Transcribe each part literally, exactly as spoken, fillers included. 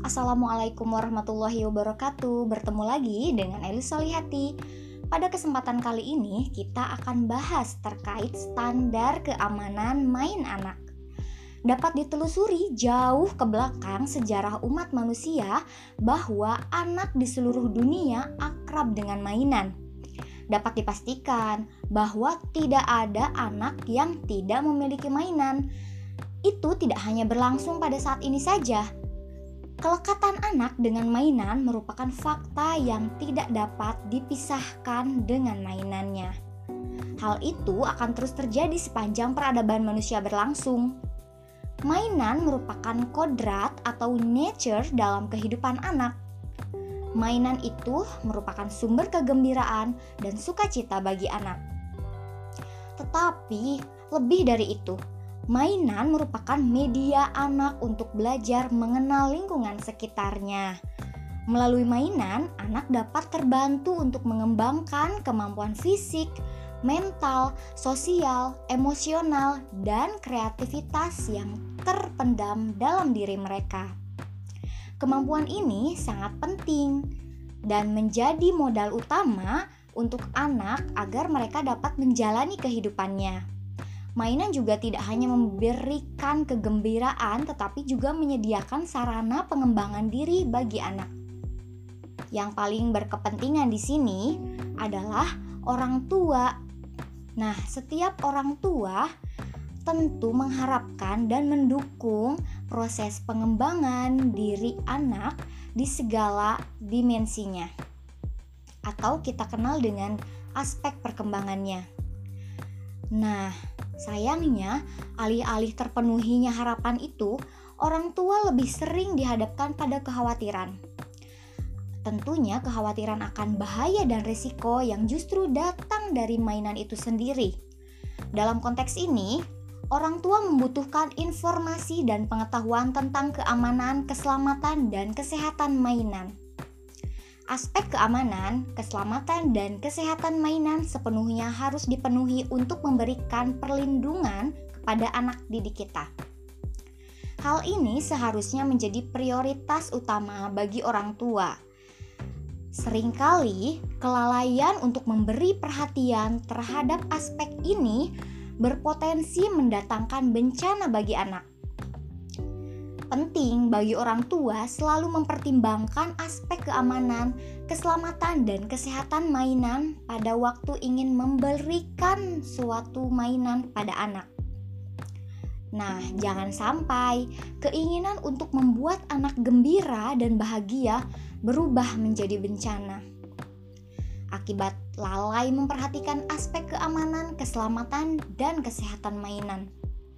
Assalamualaikum warahmatullahi wabarakatuh. Bertemu lagi dengan Eli Solihati. Pada kesempatan kali ini kita akan bahas terkait standar keamanan main anak. Dapat ditelusuri jauh ke belakang sejarah umat manusia bahwa anak di seluruh dunia akrab dengan mainan. Dapat dipastikan bahwa tidak ada anak yang tidak memiliki mainan. Itu tidak hanya berlangsung pada saat ini saja. Kelekatan anak dengan mainan merupakan fakta yang tidak dapat dipisahkan dengan mainannya. Hal itu akan terus terjadi sepanjang peradaban manusia berlangsung. Mainan merupakan kodrat atau nature dalam kehidupan anak. Mainan itu merupakan sumber kegembiraan dan sukacita bagi anak. Tetapi lebih dari itu, mainan merupakan media anak untuk belajar mengenal lingkungan sekitarnya. Melalui mainan, anak dapat terbantu untuk mengembangkan kemampuan fisik, mental, sosial, emosional, dan kreativitas yang terpendam dalam diri mereka. Kemampuan ini sangat penting dan menjadi modal utama untuk anak agar mereka dapat menjalani kehidupannya. Mainan juga tidak hanya memberikan kegembiraan tetapi juga menyediakan sarana pengembangan diri bagi anak. Yang paling berkepentingan di sini adalah orang tua. Nah, setiap orang tua tentu mengharapkan dan mendukung proses pengembangan diri anak di segala dimensinya, atau kita kenal dengan aspek perkembangannya. Nah, sayangnya, alih-alih terpenuhinya harapan itu, orang tua lebih sering dihadapkan pada kekhawatiran. Tentunya kekhawatiran akan bahaya dan risiko yang justru datang dari mainan itu sendiri. Dalam konteks ini, orang tua membutuhkan informasi dan pengetahuan tentang keamanan, keselamatan, dan kesehatan mainan. Aspek keamanan, keselamatan, dan kesehatan mainan sepenuhnya harus dipenuhi untuk memberikan perlindungan kepada anak didik kita. Hal ini seharusnya menjadi prioritas utama bagi orang tua. Seringkali kelalaian untuk memberi perhatian terhadap aspek ini berpotensi mendatangkan bencana bagi anak. Penting bagi orang tua selalu mempertimbangkan aspek keamanan, keselamatan, dan kesehatan mainan pada waktu ingin memberikan suatu mainan pada anak. Nah, jangan sampai keinginan untuk membuat anak gembira dan bahagia berubah menjadi bencana akibat lalai memperhatikan aspek keamanan, keselamatan, dan kesehatan mainan.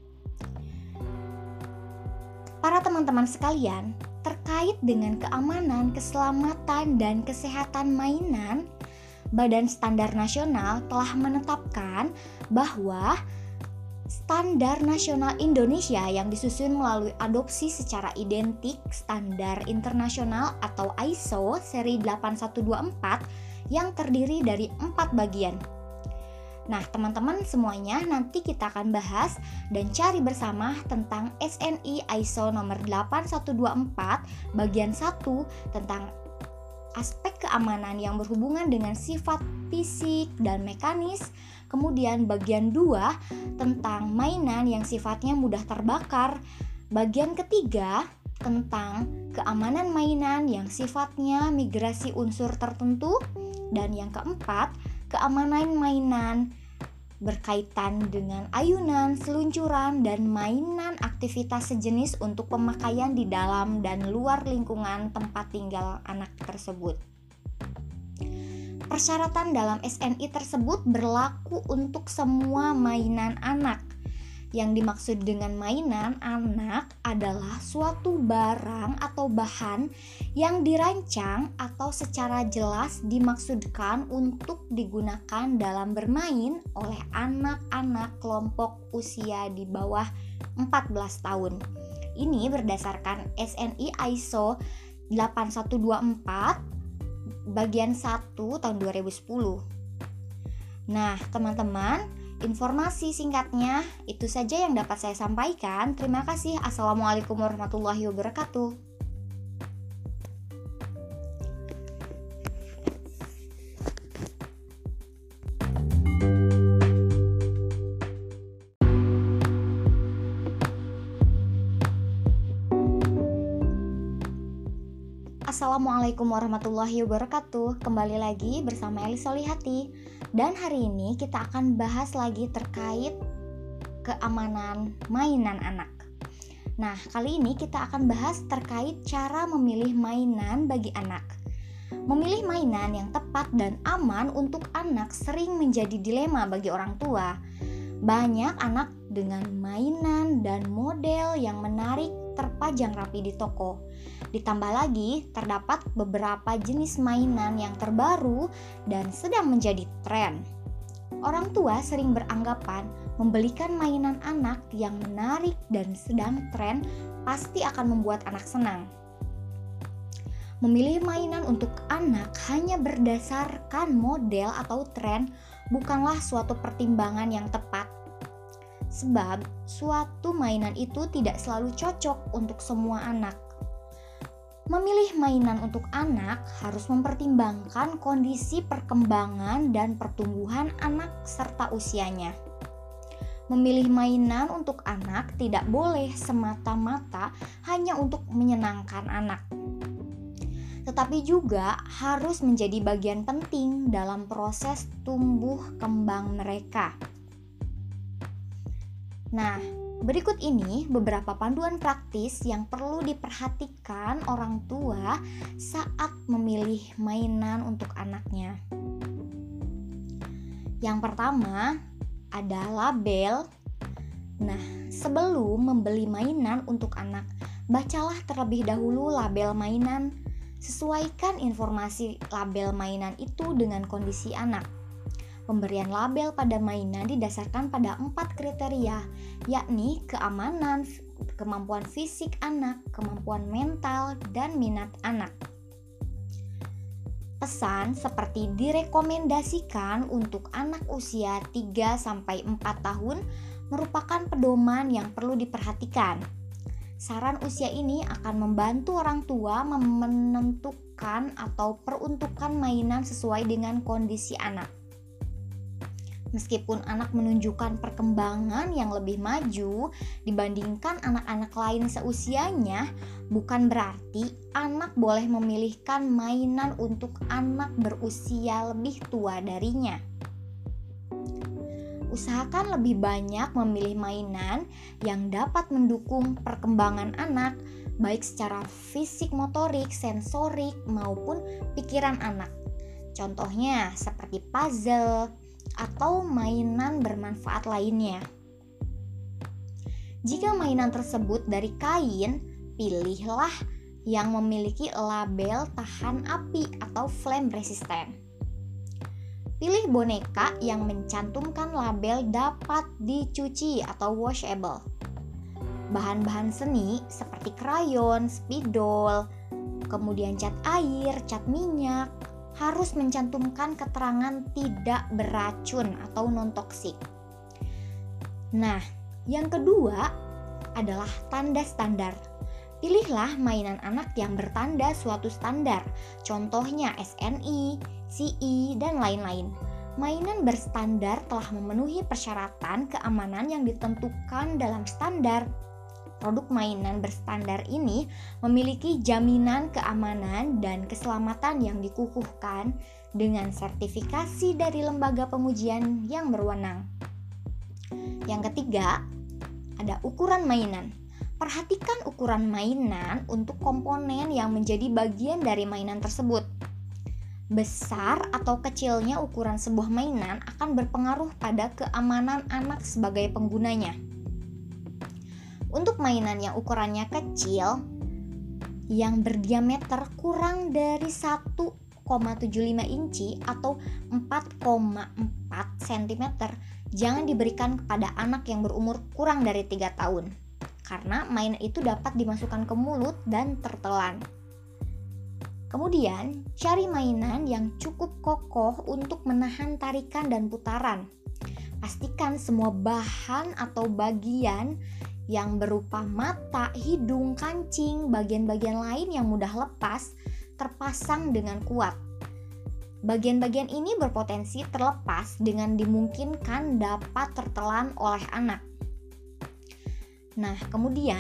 Para teman-teman sekalian, terkait dengan keamanan, keselamatan, dan kesehatan mainan, Badan Standar Nasional telah menetapkan bahwa Standar Nasional Indonesia yang disusun melalui adopsi secara identik Standar Internasional atau I S O seri delapan satu dua empat yang terdiri dari empat bagian. Nah, teman-teman semuanya, nanti kita akan bahas dan cari bersama tentang S N I I S O nomor delapan satu dua empat bagian satu tentang aspek keamanan yang berhubungan dengan sifat fisik dan mekanis. Kemudian bagian dua tentang mainan yang sifatnya mudah terbakar. Bagian ketiga tentang keamanan mainan yang sifatnya migrasi unsur tertentu. Dan yang keempat, keamanan mainan berkaitan dengan ayunan, seluncuran, dan mainan aktivitas sejenis untuk pemakaian di dalam dan luar lingkungan tempat tinggal anak tersebut. Persyaratan dalam S N I tersebut berlaku untuk semua mainan anak. Yang dimaksud dengan mainan anak adalah suatu barang atau bahan yang dirancang atau secara jelas dimaksudkan untuk digunakan dalam bermain oleh anak-anak kelompok usia di bawah empat belas tahun. Ini berdasarkan S N I I S O delapan satu dua empat bagian satu tahun dua ribu sepuluh. Nah, teman-teman, informasi singkatnya itu saja yang dapat saya sampaikan. Terima kasih. Assalamualaikum warahmatullahi wabarakatuh. Assalamualaikum warahmatullahi wabarakatuh. Kembali lagi bersama Eli Solihati. Dan hari ini kita akan bahas lagi terkait keamanan mainan anak. Nah, kali ini kita akan bahas terkait cara memilih mainan bagi anak. Memilih mainan yang tepat dan aman untuk anak sering menjadi dilema bagi orang tua. Banyak anak dengan mainan dan model yang menarik terpajang rapi di toko. Ditambah lagi, terdapat beberapa jenis mainan yang terbaru dan sedang menjadi tren. Orang tua sering beranggapan membelikan mainan anak yang menarik dan sedang tren pasti akan membuat anak senang. Memilih mainan untuk anak hanya berdasarkan model atau tren bukanlah suatu pertimbangan yang tepat. Sebab suatu mainan itu tidak selalu cocok untuk semua anak. Memilih mainan untuk anak harus mempertimbangkan kondisi perkembangan dan pertumbuhan anak serta usianya. Memilih mainan untuk anak tidak boleh semata-mata hanya untuk menyenangkan anak, tetapi juga harus menjadi bagian penting dalam proses tumbuh kembang mereka. Nah, berikut ini beberapa panduan praktis yang perlu diperhatikan orang tua saat memilih mainan untuk anaknya. Yang pertama ada label. Nah, sebelum membeli mainan untuk anak, bacalah terlebih dahulu label mainan. Sesuaikan informasi label mainan itu dengan kondisi anak. Pemberian label pada mainan didasarkan pada empat kriteria, yakni keamanan, kemampuan fisik anak, kemampuan mental, dan minat anak. Pesan seperti direkomendasikan untuk anak usia tiga sampai empat tahun merupakan pedoman yang perlu diperhatikan. Saran usia ini akan membantu orang tua menentukan atau peruntukan mainan sesuai dengan kondisi anak. Meskipun anak menunjukkan perkembangan yang lebih maju dibandingkan anak-anak lain seusianya, bukan berarti anak boleh memilihkan mainan untuk anak berusia lebih tua darinya. Usahakan lebih banyak memilih mainan yang dapat mendukung perkembangan anak, baik secara fisik, motorik, sensorik, maupun pikiran anak. Contohnya seperti puzzle atau mainan bermanfaat lainnya. Jika mainan tersebut dari kain, pilihlah yang memiliki label tahan api atau flame resistant. Pilih boneka yang mencantumkan label dapat dicuci atau washable. Bahan-bahan seni seperti krayon, spidol, kemudian cat air, cat minyak, harus mencantumkan keterangan tidak beracun atau non-toksik. Nah, yang kedua adalah tanda standar. Pilihlah mainan anak yang bertanda suatu standar, contohnya S N I, C I, dan lain-lain. Mainan berstandar telah memenuhi persyaratan keamanan yang ditentukan dalam standar. Produk mainan berstandar ini memiliki jaminan keamanan dan keselamatan yang dikukuhkan dengan sertifikasi dari lembaga pengujian yang berwenang. Yang ketiga, ada ukuran mainan. Perhatikan ukuran mainan untuk komponen yang menjadi bagian dari mainan tersebut. Besar atau kecilnya ukuran sebuah mainan akan berpengaruh pada keamanan anak sebagai penggunanya. Untuk mainan yang ukurannya kecil, yang berdiameter kurang dari satu koma tujuh lima inci atau empat koma empat sentimeter, jangan diberikan kepada anak yang berumur kurang dari tiga tahun, karena mainan itu dapat dimasukkan ke mulut dan tertelan. Kemudian, cari mainan yang cukup kokoh untuk menahan tarikan dan putaran. Pastikan semua bahan atau bagian yang berupa mata, hidung, kancing, bagian-bagian lain yang mudah lepas terpasang dengan kuat. Bagian-bagian ini berpotensi terlepas dengan dimungkinkan dapat tertelan oleh anak. Nah, kemudian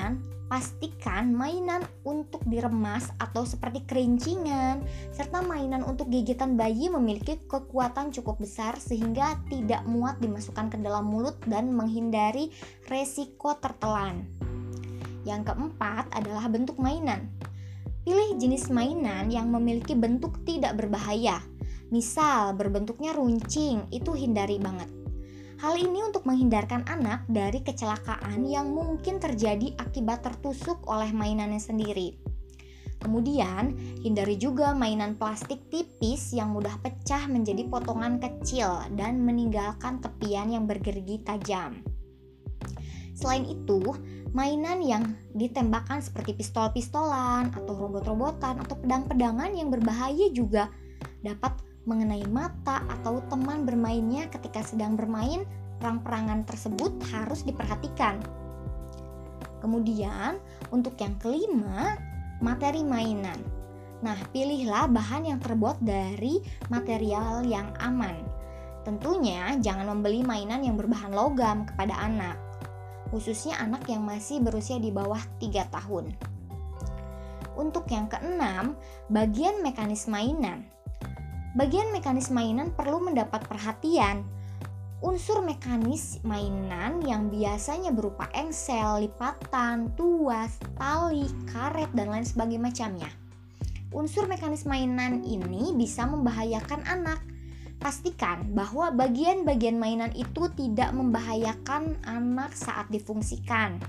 Pastikan mainan untuk diremas atau seperti kerincingan serta mainan untuk gigitan bayi memiliki kekuatan cukup besar sehingga tidak muat dimasukkan ke dalam mulut dan menghindari resiko tertelan. Yang keempat adalah bentuk mainan. Pilih jenis mainan yang memiliki bentuk tidak berbahaya. Misal berbentuknya runcing, itu hindari banget. Hal ini untuk menghindarkan anak dari kecelakaan yang mungkin terjadi akibat tertusuk oleh mainannya sendiri. Kemudian, hindari juga mainan plastik tipis yang mudah pecah menjadi potongan kecil dan meninggalkan tepian yang bergerigi tajam. Selain itu, mainan yang ditembakkan seperti pistol-pistolan atau robot-robotan atau pedang-pedangan yang berbahaya juga dapat mengenai mata atau teman bermainnya ketika sedang bermain. Perang-perangan tersebut harus diperhatikan. Kemudian, untuk yang kelima, materi mainan. Nah, pilihlah bahan yang terbuat dari material yang aman. Tentunya jangan membeli mainan yang berbahan logam kepada anak, khususnya anak yang masih berusia di bawah tiga tahun. Untuk yang keenam, bagian mekanis mainan. Bagian mekanis mainan perlu mendapat perhatian. Unsur mekanis mainan yang biasanya berupa engsel, lipatan, tuas, tali, karet, dan lain sebagainya macamnya. Unsur mekanis mainan ini bisa membahayakan anak. Pastikan bahwa bagian-bagian mainan itu tidak membahayakan anak saat difungsikan.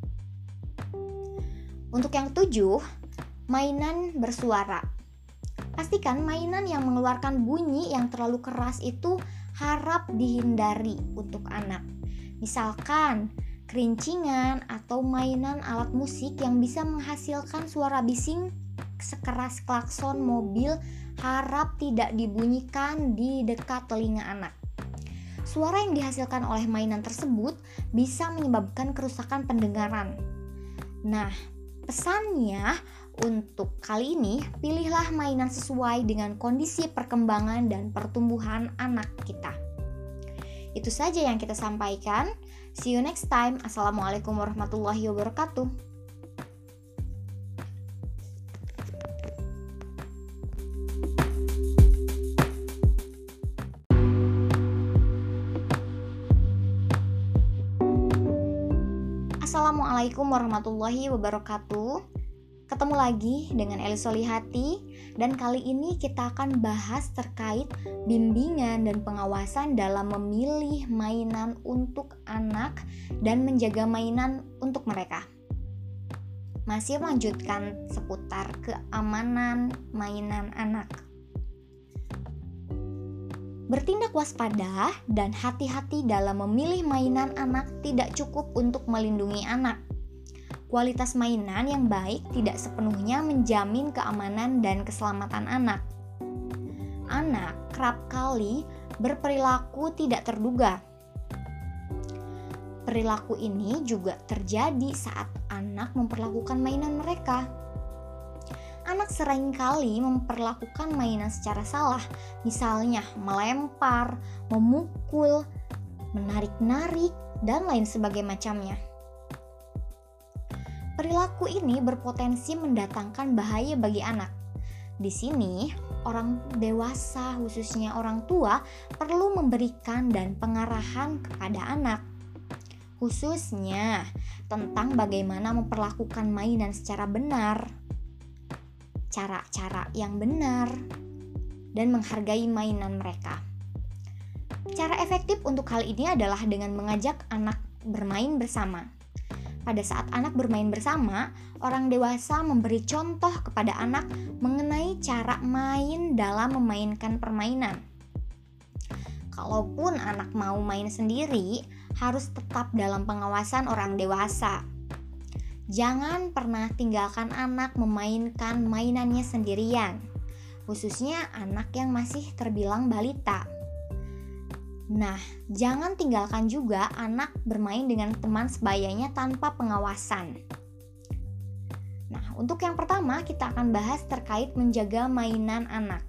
Untuk yang ketujuh, mainan bersuara. Pastikan mainan yang mengeluarkan bunyi yang terlalu keras itu harap dihindari untuk anak. Misalkan kerincingan atau mainan alat musik yang bisa menghasilkan suara bising sekeras klakson mobil harap tidak dibunyikan di dekat telinga anak. Suara yang dihasilkan oleh mainan tersebut bisa menyebabkan kerusakan pendengaran. Nah, pesannya untuk kali ini, pilihlah mainan sesuai dengan kondisi perkembangan dan pertumbuhan anak kita. Itu saja yang kita sampaikan. See you next time. Assalamualaikum warahmatullahi wabarakatuh. Assalamualaikum warahmatullahi wabarakatuh. Ketemu lagi dengan Eli Solihati, dan kali ini kita akan bahas terkait bimbingan dan pengawasan dalam memilih mainan untuk anak dan menjaga mainan untuk mereka. Masih melanjutkan seputar keamanan mainan anak. Bertindak waspada dan hati-hati dalam memilih mainan anak tidak cukup untuk melindungi anak. Kualitas mainan yang baik tidak sepenuhnya menjamin keamanan dan keselamatan anak. Anak kerap kali berperilaku tidak terduga. Perilaku ini juga terjadi saat anak memperlakukan mainan mereka. Anak seringkali memperlakukan mainan secara salah, misalnya melempar, memukul, menarik-narik, dan lain sebagainya macamnya. Perilaku ini berpotensi mendatangkan bahaya bagi anak. Di sini, orang dewasa, khususnya orang tua, perlu memberikan dan pengarahan kepada anak, khususnya tentang bagaimana memperlakukan mainan secara benar, cara-cara yang benar, dan menghargai mainan mereka. Cara efektif untuk hal ini adalah dengan mengajak anak bermain bersama. Pada saat anak bermain bersama, orang dewasa memberi contoh kepada anak mengenai cara main dalam memainkan permainan. Kalaupun anak mau main sendiri, harus tetap dalam pengawasan orang dewasa. Jangan pernah tinggalkan anak memainkan mainannya sendirian, khususnya anak yang masih terbilang balita. Nah, jangan tinggalkan juga anak bermain dengan teman sebayanya tanpa pengawasan. Nah, untuk yang pertama kita akan bahas terkait menjaga mainan anak.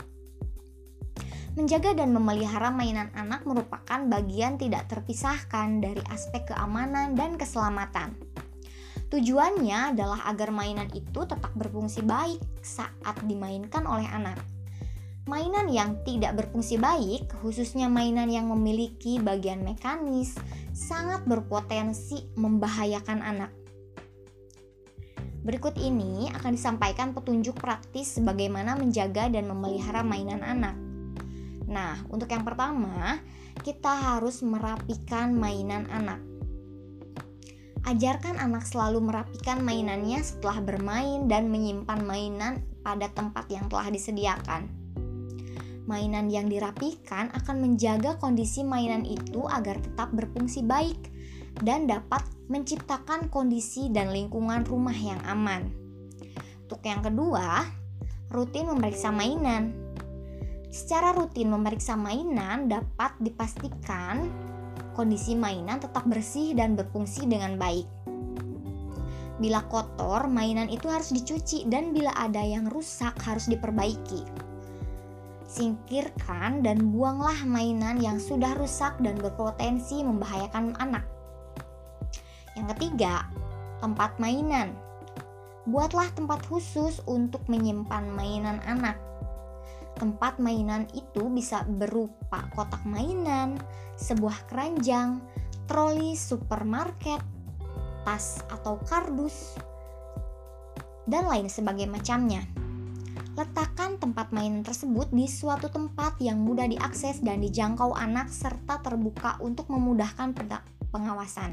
Menjaga dan memelihara mainan anak merupakan bagian tidak terpisahkan dari aspek keamanan dan keselamatan. Tujuannya adalah agar mainan itu tetap berfungsi baik saat dimainkan oleh anak. Mainan yang tidak berfungsi baik, khususnya mainan yang memiliki bagian mekanis, sangat berpotensi membahayakan anak. Berikut ini akan disampaikan petunjuk praktis bagaimana menjaga dan memelihara mainan anak. Nah, untuk yang pertama, kita harus merapikan mainan anak. Ajarkan anak selalu merapikan mainannya setelah bermain dan menyimpan mainan pada tempat yang telah disediakan. Mainan yang dirapikan akan menjaga kondisi mainan itu agar tetap berfungsi baik dan dapat menciptakan kondisi dan lingkungan rumah yang aman. Untuk yang kedua, rutin memeriksa mainan. Secara rutin memeriksa mainan dapat dipastikan kondisi mainan tetap bersih dan berfungsi dengan baik. Bila kotor, mainan itu harus dicuci dan bila ada yang rusak harus diperbaiki. Singkirkan dan buanglah mainan yang sudah rusak dan berpotensi membahayakan anak. Yang ketiga, tempat mainan. Buatlah tempat khusus untuk menyimpan mainan anak. Tempat mainan itu bisa berupa kotak mainan, sebuah keranjang, troli supermarket, tas atau kardus, dan lain sebagai macamnya. Letakkan tempat mainan tersebut di suatu tempat yang mudah diakses dan dijangkau anak serta terbuka untuk memudahkan pengawasan.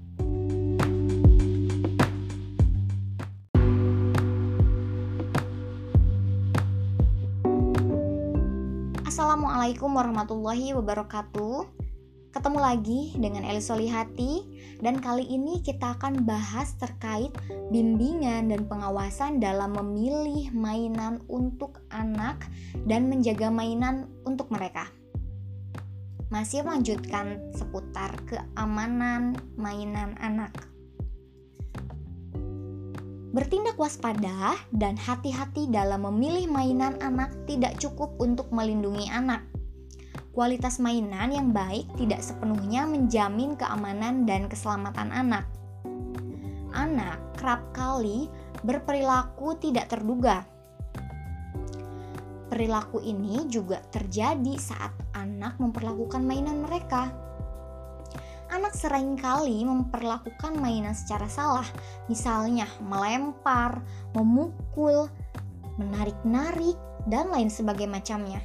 Assalamualaikum warahmatullahi wabarakatuh. Ketemu lagi dengan Eli Solihati dan kali ini kita akan bahas terkait bimbingan dan pengawasan dalam memilih mainan untuk anak dan menjaga mainan untuk mereka. Masih melanjutkan seputar keamanan mainan anak. Bertindak waspada dan hati-hati dalam memilih mainan anak tidak cukup untuk melindungi anak. Kualitas mainan yang baik tidak sepenuhnya menjamin keamanan dan keselamatan anak. Anak kerap kali berperilaku tidak terduga. Perilaku ini juga terjadi saat anak memperlakukan mainan mereka. Anak seringkali memperlakukan mainan secara salah, misalnya melempar, memukul, menarik-narik, dan lain sebagainya macamnya.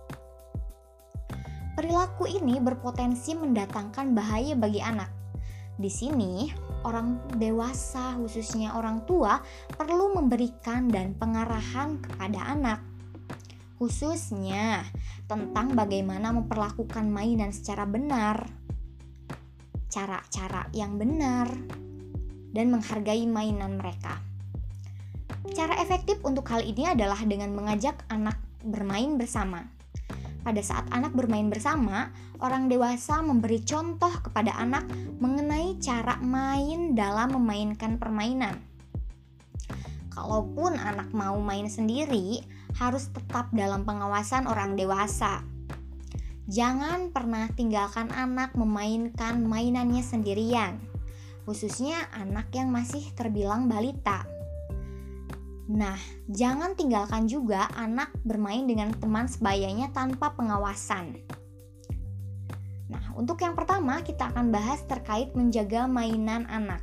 Perilaku ini berpotensi mendatangkan bahaya bagi anak. Di sini, orang dewasa, khususnya orang tua, perlu memberikan dan pengarahan kepada anak, khususnya tentang bagaimana memperlakukan mainan secara benar, cara-cara yang benar, dan menghargai mainan mereka. Cara efektif untuk hal ini adalah dengan mengajak anak bermain bersama. Pada saat anak bermain bersama, orang dewasa memberi contoh kepada anak mengenai cara main dalam memainkan permainan. Kalaupun anak mau main sendiri, harus tetap dalam pengawasan orang dewasa. Jangan pernah tinggalkan anak memainkan mainannya sendirian, khususnya anak yang masih terbilang balita. Nah, jangan tinggalkan juga anak bermain dengan teman sebayanya tanpa pengawasan. Nah, untuk yang pertama kita akan bahas terkait menjaga mainan anak.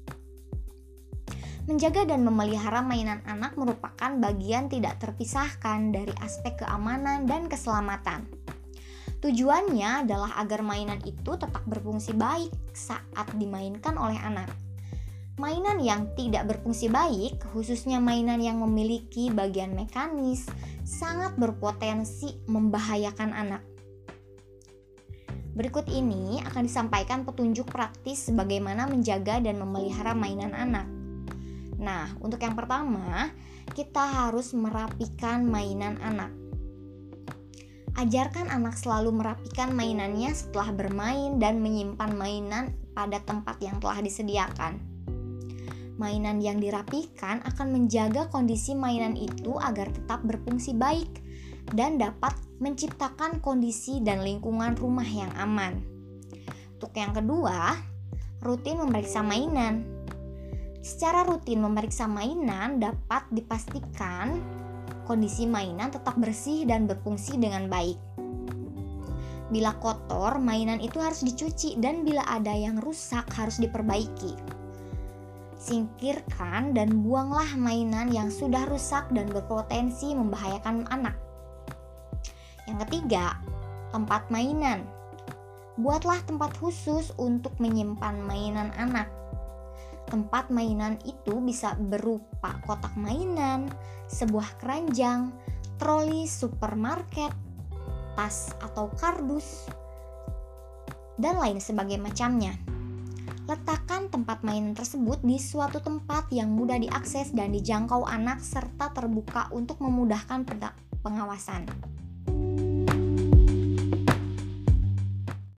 Menjaga dan memelihara mainan anak merupakan bagian tidak terpisahkan dari aspek keamanan dan keselamatan. Tujuannya adalah agar mainan itu tetap berfungsi baik saat dimainkan oleh anak. Mainan yang tidak berfungsi baik, khususnya mainan yang memiliki bagian mekanis, sangat berpotensi membahayakan anak. Berikut ini akan disampaikan petunjuk praktis bagaimana menjaga dan memelihara mainan anak. Nah, untuk yang pertama, kita harus merapikan mainan anak. Ajarkan anak selalu merapikan mainannya setelah bermain dan menyimpan mainan pada tempat yang telah disediakan. Mainan yang dirapikan akan menjaga kondisi mainan itu agar tetap berfungsi baik dan dapat menciptakan kondisi dan lingkungan rumah yang aman. Untuk yang kedua, rutin memeriksa mainan. Secara rutin memeriksa mainan dapat dipastikan kondisi mainan tetap bersih dan berfungsi dengan baik. Bila kotor, mainan itu harus dicuci dan bila ada yang rusak harus diperbaiki. Singkirkan dan buanglah mainan yang sudah rusak dan berpotensi membahayakan anak. Yang ketiga, tempat mainan. Buatlah tempat khusus untuk menyimpan mainan anak. Tempat mainan itu bisa berupa kotak mainan, sebuah keranjang, troli supermarket, tas atau kardus, dan lain sebagai macamnya. Letakkan tempat mainan tersebut di suatu tempat yang mudah diakses dan dijangkau anak serta terbuka untuk memudahkan pengawasan.